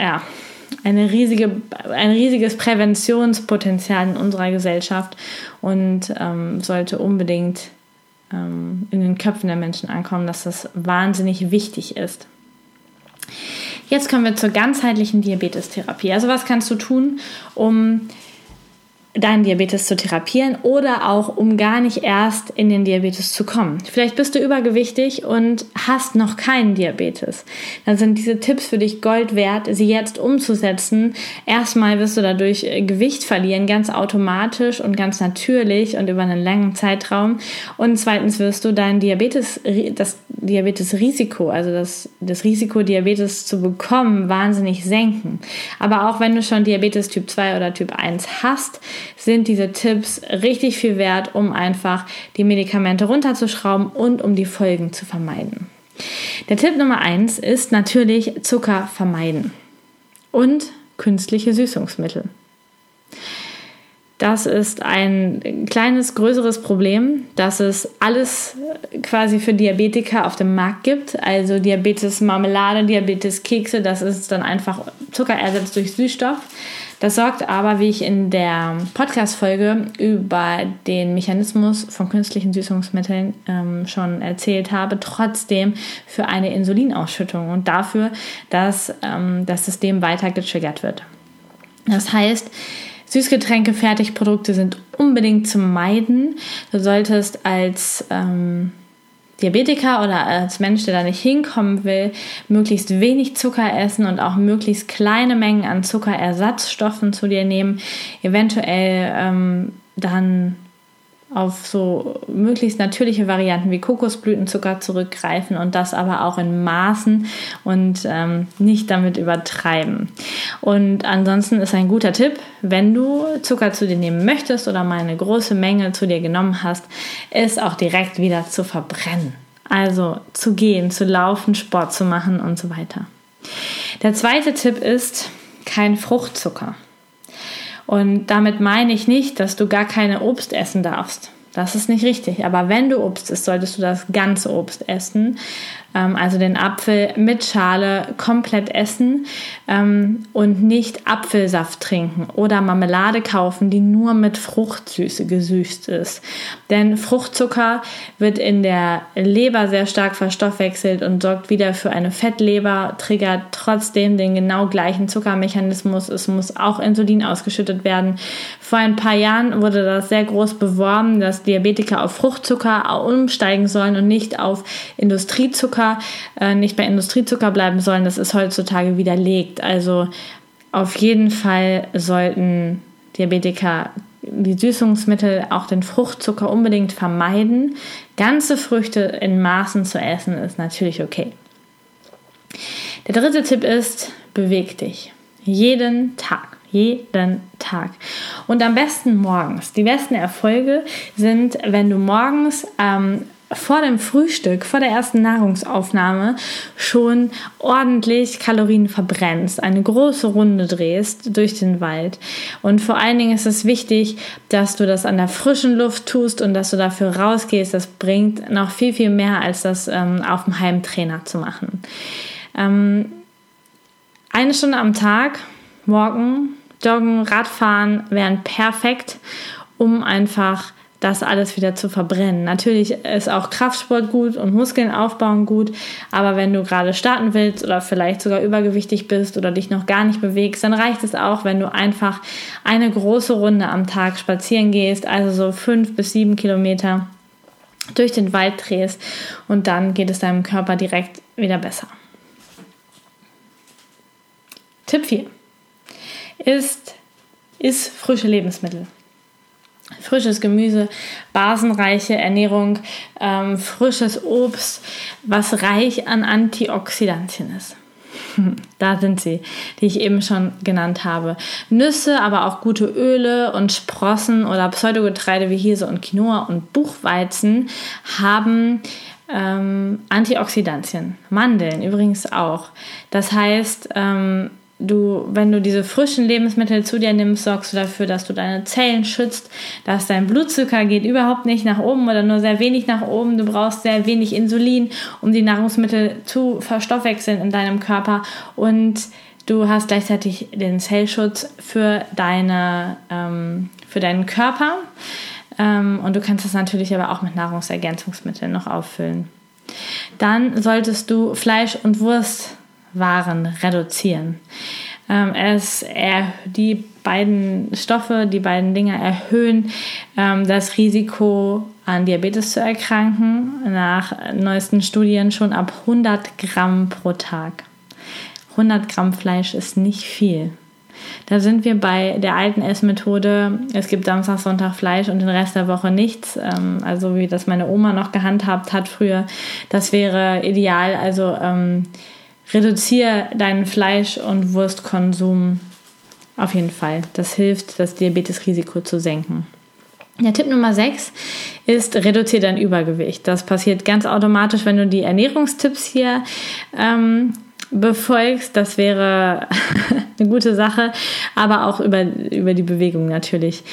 riesiges Präventionspotenzial in unserer Gesellschaft und sollte unbedingt in den Köpfen der Menschen ankommen, dass das wahnsinnig wichtig ist. Jetzt kommen wir zur ganzheitlichen Diabetestherapie. Also was kannst du tun, um deinen Diabetes zu therapieren oder auch um gar nicht erst in den Diabetes zu kommen. Vielleicht bist du übergewichtig und hast noch keinen Diabetes. Dann sind diese Tipps für dich Gold wert, sie jetzt umzusetzen. Erstmal wirst du dadurch Gewicht verlieren, ganz automatisch und ganz natürlich und über einen langen Zeitraum. Und zweitens wirst du das Diabetesrisiko, also das Risiko, Diabetes zu bekommen, wahnsinnig senken. Aber auch wenn du schon Diabetes Typ 2 oder Typ 1 hast, sind diese Tipps richtig viel wert, um einfach die Medikamente runterzuschrauben und um die Folgen zu vermeiden. Der Tipp Nummer 1 ist natürlich Zucker vermeiden und künstliche Süßungsmittel. Das ist ein kleines, größeres Problem, dass es alles quasi für Diabetiker auf dem Markt gibt. Also Diabetes-Marmelade, Diabetes-Kekse, das ist dann einfach Zuckerersatz durch Süßstoff. Das sorgt aber, wie ich in der Podcast-Folge über den Mechanismus von künstlichen Süßungsmitteln schon erzählt habe, trotzdem für eine Insulinausschüttung und dafür, dass das System weiter getriggert wird. Das heißt, Süßgetränke, Fertigprodukte sind unbedingt zu meiden. Du solltest als Diabetiker oder als Mensch, der da nicht hinkommen will, möglichst wenig Zucker essen und auch möglichst kleine Mengen an Zuckerersatzstoffen zu dir nehmen. Eventuell dann auf so möglichst natürliche Varianten wie Kokosblütenzucker zurückgreifen und das aber auch in Maßen und nicht damit übertreiben. Und ansonsten ist ein guter Tipp, wenn du Zucker zu dir nehmen möchtest oder mal eine große Menge zu dir genommen hast, ist auch direkt wieder zu verbrennen. Also zu gehen, zu laufen, Sport zu machen und so weiter. Der zweite Tipp ist kein Fruchtzucker. Und damit meine ich nicht, dass du gar keine Obst essen darfst. Das ist nicht richtig. Aber wenn du Obst isst, solltest du das ganze Obst essen. Also den Apfel mit Schale komplett essen und nicht Apfelsaft trinken oder Marmelade kaufen, die nur mit Fruchtsüße gesüßt ist. Denn Fruchtzucker wird in der Leber sehr stark verstoffwechselt und sorgt wieder für eine Fettleber, triggert trotzdem den genau gleichen Zuckermechanismus. Es muss auch Insulin ausgeschüttet werden. Vor ein paar Jahren wurde das sehr groß beworben, dass Diabetiker auf Fruchtzucker umsteigen sollen und nicht auf Industriezucker, nicht bei Industriezucker bleiben sollen. Das ist heutzutage widerlegt. Also auf jeden Fall sollten Diabetiker die Süßungsmittel, auch den Fruchtzucker unbedingt vermeiden. Ganze Früchte in Maßen zu essen ist natürlich okay. Der dritte Tipp ist, beweg dich. Jeden Tag. Und am besten morgens. Die besten Erfolge sind, wenn du morgens vor dem Frühstück, vor der ersten Nahrungsaufnahme schon ordentlich Kalorien verbrennst, eine große Runde drehst durch den Wald. Und vor allen Dingen ist es wichtig, dass du das an der frischen Luft tust und dass du dafür rausgehst. Das bringt noch viel, viel mehr, als das auf dem Heimtrainer zu machen. 1 Stunde am Tag, walken, joggen, Radfahren wären perfekt, um einfach das alles wieder zu verbrennen. Natürlich ist auch Kraftsport gut und Muskeln aufbauen gut, aber wenn du gerade starten willst oder vielleicht sogar übergewichtig bist oder dich noch gar nicht bewegst, dann reicht es auch, wenn du einfach eine große Runde am Tag spazieren gehst, also so 5 bis 7 Kilometer durch den Wald drehst und dann geht es deinem Körper direkt wieder besser. Tipp 4 ist frische Lebensmittel. Frisches Gemüse, basenreiche Ernährung, frisches Obst, was reich an Antioxidantien ist. Da sind sie, die ich eben schon genannt habe. Nüsse, aber auch gute Öle und Sprossen oder Pseudogetreide wie Hirse und Quinoa und Buchweizen haben Antioxidantien. Mandeln übrigens auch. Das heißt, wenn du diese frischen Lebensmittel zu dir nimmst, sorgst du dafür, dass du deine Zellen schützt, dass dein Blutzucker geht überhaupt nicht nach oben oder nur sehr wenig nach oben. Du brauchst sehr wenig Insulin, um die Nahrungsmittel zu verstoffwechseln in deinem Körper und du hast gleichzeitig den Zellschutz für deinen Körper und du kannst das natürlich aber auch mit Nahrungsergänzungsmitteln noch auffüllen. Dann solltest du Fleisch- und Wurstwaren reduzieren. Die beiden Stoffe, die beiden Dinge erhöhen das Risiko an Diabetes zu erkranken, nach neuesten Studien schon ab 100 Gramm pro Tag. 100 Gramm Fleisch ist nicht viel. Da sind wir bei der alten Essmethode, es gibt Samstag, Sonntag Fleisch und den Rest der Woche nichts, also wie das meine Oma noch gehandhabt hat früher. Das wäre ideal, also reduziere deinen Fleisch- und Wurstkonsum auf jeden Fall. Das hilft, das Diabetesrisiko zu senken. Der Tipp Nummer 6 ist, reduziere dein Übergewicht. Das passiert ganz automatisch, wenn du die Ernährungstipps hier befolgst. Das wäre eine gute Sache, aber auch über die Bewegung natürlich.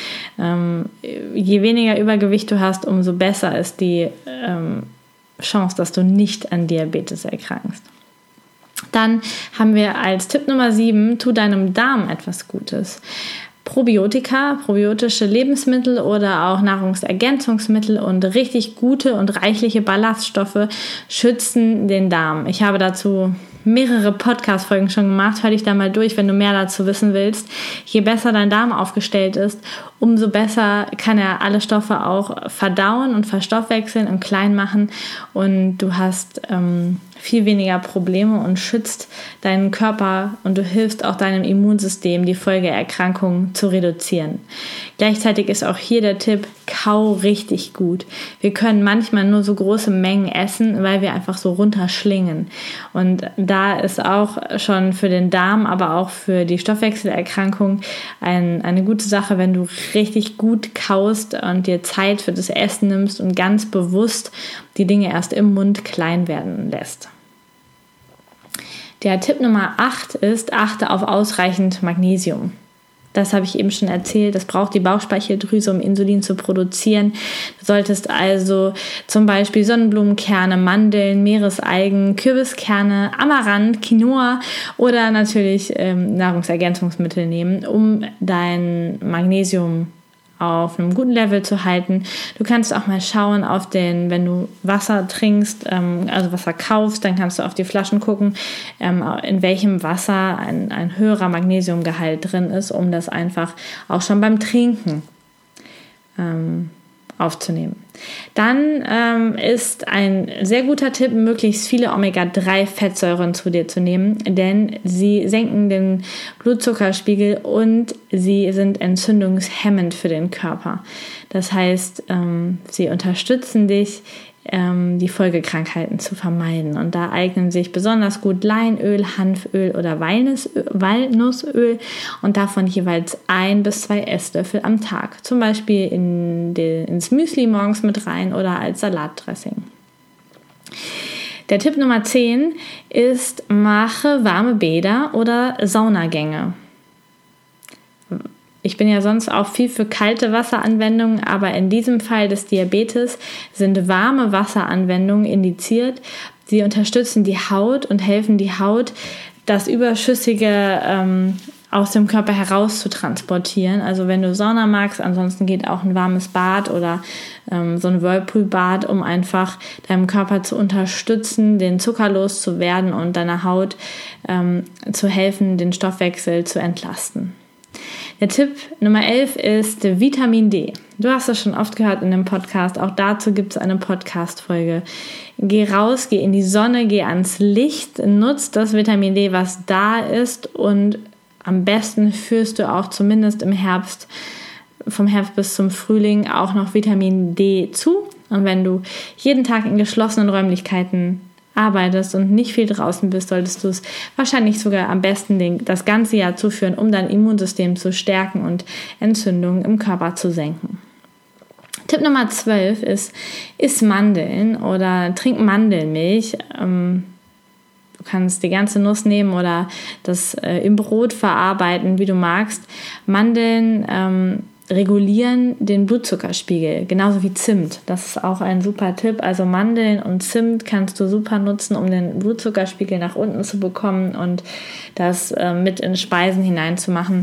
Je weniger Übergewicht du hast, umso besser ist die Chance, dass du nicht an Diabetes erkrankst. Dann haben wir als Tipp Nummer 7, tu deinem Darm etwas Gutes. Probiotika, probiotische Lebensmittel oder auch Nahrungsergänzungsmittel und richtig gute und reichliche Ballaststoffe schützen den Darm. Ich habe dazu mehrere Podcast-Folgen schon gemacht. Hör dich da mal durch, wenn du mehr dazu wissen willst. Je besser dein Darm aufgestellt ist, umso besser kann er alle Stoffe auch verdauen und verstoffwechseln und klein machen und du hast viel weniger Probleme und schützt deinen Körper und du hilfst auch deinem Immunsystem, die Folgeerkrankungen zu reduzieren. Gleichzeitig ist auch hier der Tipp, kau richtig gut. Wir können manchmal nur so große Mengen essen, weil wir einfach so runterschlingen. Und da ist auch schon für den Darm, aber auch für die Stoffwechselerkrankung eine gute Sache, wenn du richtig gut kaust und dir Zeit für das Essen nimmst und ganz bewusst die Dinge erst im Mund klein werden lässt. Der Tipp Nummer 8 ist, achte auf ausreichend Magnesium. Das habe ich eben schon erzählt. Das braucht die Bauchspeicheldrüse, um Insulin zu produzieren. Du solltest also zum Beispiel Sonnenblumenkerne, Mandeln, Meeresalgen, Kürbiskerne, Amaranth, Quinoa oder natürlich Nahrungsergänzungsmittel nehmen, um dein Magnesium auf einem guten Level zu halten. Du kannst auch mal schauen wenn du Wasser trinkst, also Wasser kaufst, dann kannst du auf die Flaschen gucken, in welchem Wasser ein höherer Magnesiumgehalt drin ist, um das einfach auch schon beim Trinken aufzunehmen. Dann ist ein sehr guter Tipp, möglichst viele Omega-3-Fettsäuren zu dir zu nehmen, denn sie senken den Blutzuckerspiegel und sie sind entzündungshemmend für den Körper. Das heißt, sie unterstützen dich, die Folgekrankheiten zu vermeiden. Und da eignen sich besonders gut Leinöl, Hanföl oder Walnussöl und davon jeweils 1 bis 2 Esslöffel am Tag. Zum Beispiel ins Müsli morgens mit rein oder als Salatdressing. Der Tipp Nummer 10 ist, mache warme Bäder oder Saunagänge. Ich bin ja sonst auch viel für kalte Wasseranwendungen, aber in diesem Fall des Diabetes sind warme Wasseranwendungen indiziert. Sie unterstützen die Haut und helfen die Haut, das Überschüssige aus dem Körper heraus zu transportieren. Also wenn du Sauna magst, ansonsten geht auch ein warmes Bad oder so ein Whirlpool-Bad, um einfach deinem Körper zu unterstützen, den Zucker loszuwerden und deiner Haut zu helfen, den Stoffwechsel zu entlasten. Der Tipp Nummer 11 ist Vitamin D. Du hast das schon oft gehört in dem Podcast. Auch dazu gibt es eine Podcast-Folge. Geh raus, geh in die Sonne, geh ans Licht, nutz das Vitamin D, was da ist, und am besten führst du auch zumindest im Herbst, vom Herbst bis zum Frühling, auch noch Vitamin D zu. Und wenn du jeden Tag in geschlossenen Räumlichkeiten arbeitest und nicht viel draußen bist, solltest du es wahrscheinlich sogar am besten das ganze Jahr zuführen, um dein Immunsystem zu stärken und Entzündungen im Körper zu senken. Tipp Nummer 12 ist, iss Mandeln oder trink Mandelmilch. Du kannst die ganze Nuss nehmen oder das im Brot verarbeiten, wie du magst. Mandeln regulieren den Blutzuckerspiegel, genauso wie Zimt. Das ist auch ein super Tipp. Also Mandeln und Zimt kannst du super nutzen, um den Blutzuckerspiegel nach unten zu bekommen und das mit in Speisen hineinzumachen.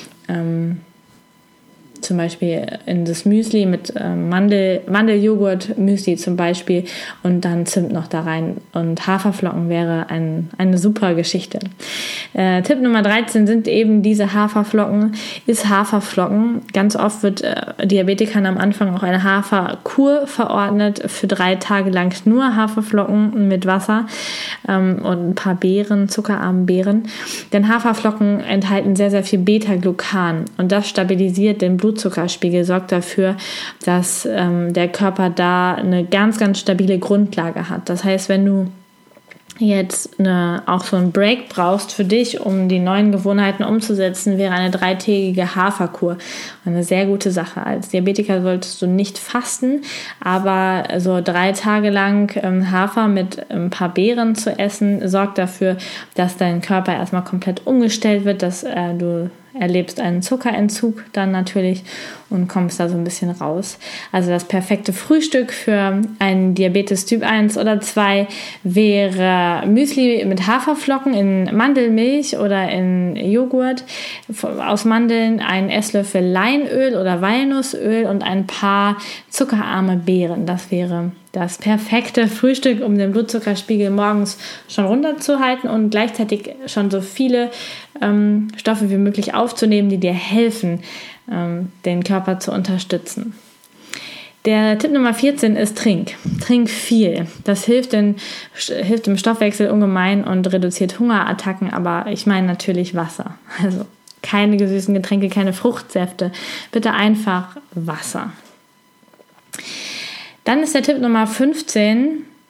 Zum Beispiel in das Müsli mit Mandeljoghurt-Müsli zum Beispiel und dann Zimt noch da rein. Und Haferflocken wäre eine super Geschichte. Tipp Nummer 13 sind eben diese Haferflocken. Ist Haferflocken. Ganz oft wird Diabetikern am Anfang auch eine Haferkur verordnet. Für 3 Tage lang nur Haferflocken mit Wasser und ein paar Beeren, zuckerarmen Beeren. Denn Haferflocken enthalten sehr, sehr viel Beta-Glucan und das stabilisiert den Blutzuckerspiegel, sorgt dafür, dass der Körper da eine ganz, ganz stabile Grundlage hat. Das heißt, wenn du jetzt auch so einen Break brauchst für dich, um die neuen Gewohnheiten umzusetzen, wäre eine 3-tägige Haferkur eine sehr gute Sache. Als Diabetiker solltest du nicht fasten, aber so 3 Tage lang Hafer mit ein paar Beeren zu essen, sorgt dafür, dass dein Körper erstmal komplett umgestellt wird, dass du erlebst einen Zuckerentzug dann natürlich und kommst da so ein bisschen raus. Also das perfekte Frühstück für einen Diabetes Typ 1 oder 2 wäre Müsli mit Haferflocken in Mandelmilch oder in Joghurt. Aus Mandeln 1 Esslöffel Leinöl oder Walnussöl und ein paar zuckerarme Beeren. Das wäre das perfekte Frühstück, um den Blutzuckerspiegel morgens schon runterzuhalten und gleichzeitig schon so viele Stoffe wie möglich aufzunehmen, die dir helfen, den Körper zu unterstützen. Der Tipp Nummer 14 ist Trink viel. Das hilft im Stoffwechsel ungemein und reduziert Hungerattacken, aber ich meine natürlich Wasser. Also keine gesüßten Getränke, keine Fruchtsäfte, bitte einfach Wasser. Dann ist der Tipp Nummer 15,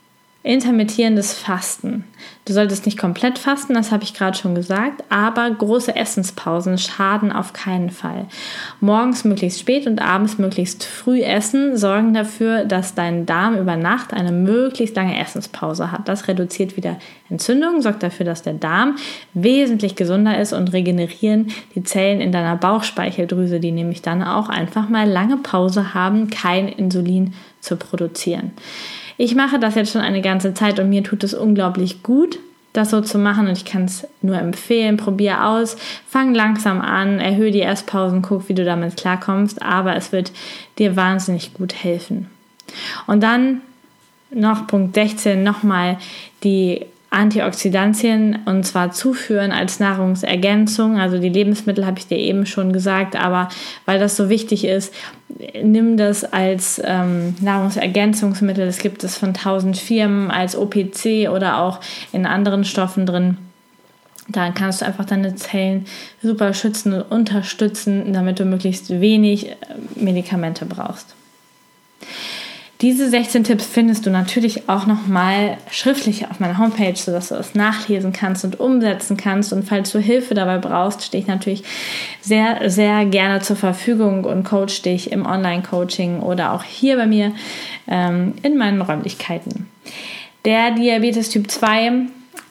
Intermittierendes Fasten. Du solltest nicht komplett fasten, das habe ich gerade schon gesagt, aber große Essenspausen schaden auf keinen Fall. Morgens möglichst spät und abends möglichst früh essen sorgen dafür, dass dein Darm über Nacht eine möglichst lange Essenspause hat. Das reduziert wieder Entzündung, sorgt dafür, dass der Darm wesentlich gesünder ist und regenerieren die Zellen in deiner Bauchspeicheldrüse, die nämlich dann auch einfach mal lange Pause haben, kein Insulin zu produzieren. Ich mache das jetzt schon eine ganze Zeit und mir tut es unglaublich gut, das so zu machen, und ich kann es nur empfehlen. Probier aus, fang langsam an, erhöhe die Esspausen, guck, wie du damit klarkommst, aber es wird dir wahnsinnig gut helfen. Und dann noch Punkt 16, nochmal die Antioxidantien, und zwar zuführen als Nahrungsergänzung. Also die Lebensmittel habe ich dir eben schon gesagt, aber weil das so wichtig ist, nimm das als Nahrungsergänzungsmittel. Das gibt es von 1000 Firmen als OPC oder auch in anderen Stoffen drin. Dann kannst du einfach deine Zellen super schützen und unterstützen, damit du möglichst wenig Medikamente brauchst. Diese 16 Tipps findest du natürlich auch nochmal schriftlich auf meiner Homepage, sodass du das nachlesen kannst und umsetzen kannst. Und falls du Hilfe dabei brauchst, stehe ich natürlich sehr, sehr gerne zur Verfügung und coach dich im Online-Coaching oder auch hier bei mir in meinen Räumlichkeiten. Der Diabetes Typ 2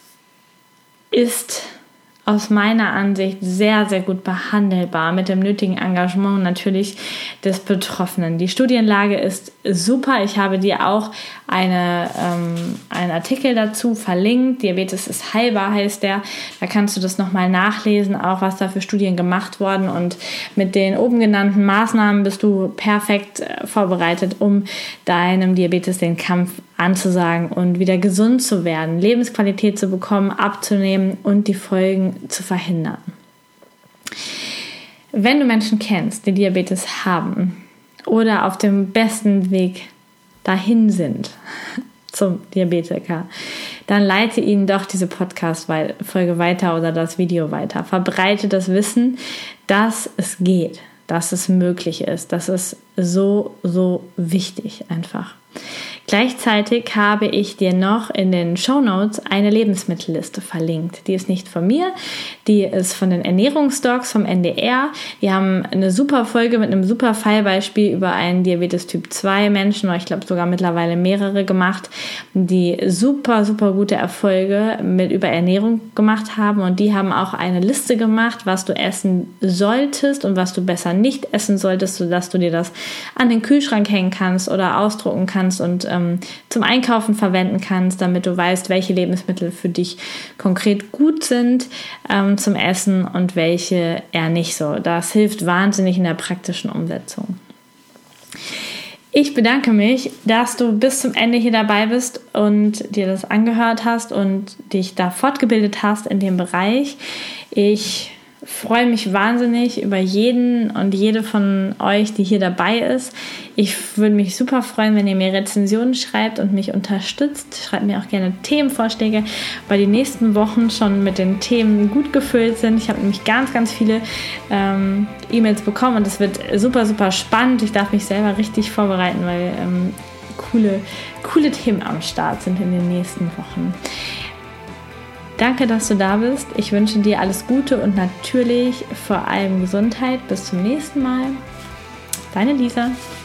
ist aus meiner Ansicht sehr, sehr gut behandelbar mit dem nötigen Engagement natürlich des Betroffenen. Die Studienlage ist super. Ich habe dir auch einen Artikel dazu verlinkt. Diabetes ist heilbar, heißt der. Da kannst du das nochmal nachlesen, auch was da für Studien gemacht wurden. Und mit den oben genannten Maßnahmen bist du perfekt vorbereitet, um deinem Diabetes den Kampf anzusagen und wieder gesund zu werden, Lebensqualität zu bekommen, abzunehmen und die Folgen zu verhindern. Wenn du Menschen kennst, die Diabetes haben oder auf dem besten Weg dahin sind zum Diabetiker, dann leite ihnen doch diese Podcast-Folge weiter oder das Video weiter. Verbreite das Wissen, dass es geht, dass es möglich ist. Das ist so, so wichtig einfach. Gleichzeitig habe ich dir noch in den Shownotes eine Lebensmittelliste verlinkt. Die ist nicht von mir, die ist von den Ernährungsdocs vom NDR. Die haben eine super Folge mit einem super Fallbeispiel über einen Diabetes Typ 2 Menschen, oder ich glaube sogar mittlerweile mehrere gemacht, die super, super gute Erfolge über Ernährung gemacht haben, und die haben auch eine Liste gemacht, was du essen solltest und was du besser nicht essen solltest, sodass du dir das an den Kühlschrank hängen kannst oder ausdrucken kannst und zum Einkaufen verwenden kannst, damit du weißt, welche Lebensmittel für dich konkret gut sind zum Essen und welche eher nicht so. Das hilft wahnsinnig in der praktischen Umsetzung. Ich bedanke mich, dass du bis zum Ende hier dabei bist und dir das angehört hast und dich da fortgebildet hast in dem Bereich. Ich freue mich wahnsinnig über jeden und jede von euch, die hier dabei ist. Ich würde mich super freuen, wenn ihr mir Rezensionen schreibt und mich unterstützt. Schreibt mir auch gerne Themenvorschläge, weil die nächsten Wochen schon mit den Themen gut gefüllt sind. Ich habe nämlich ganz, ganz viele E-Mails bekommen und es wird super, super spannend. Ich darf mich selber richtig vorbereiten, weil coole Themen am Start sind in den nächsten Wochen. Danke, dass du da bist. Ich wünsche dir alles Gute und natürlich vor allem Gesundheit. Bis zum nächsten Mal. Deine Lisa.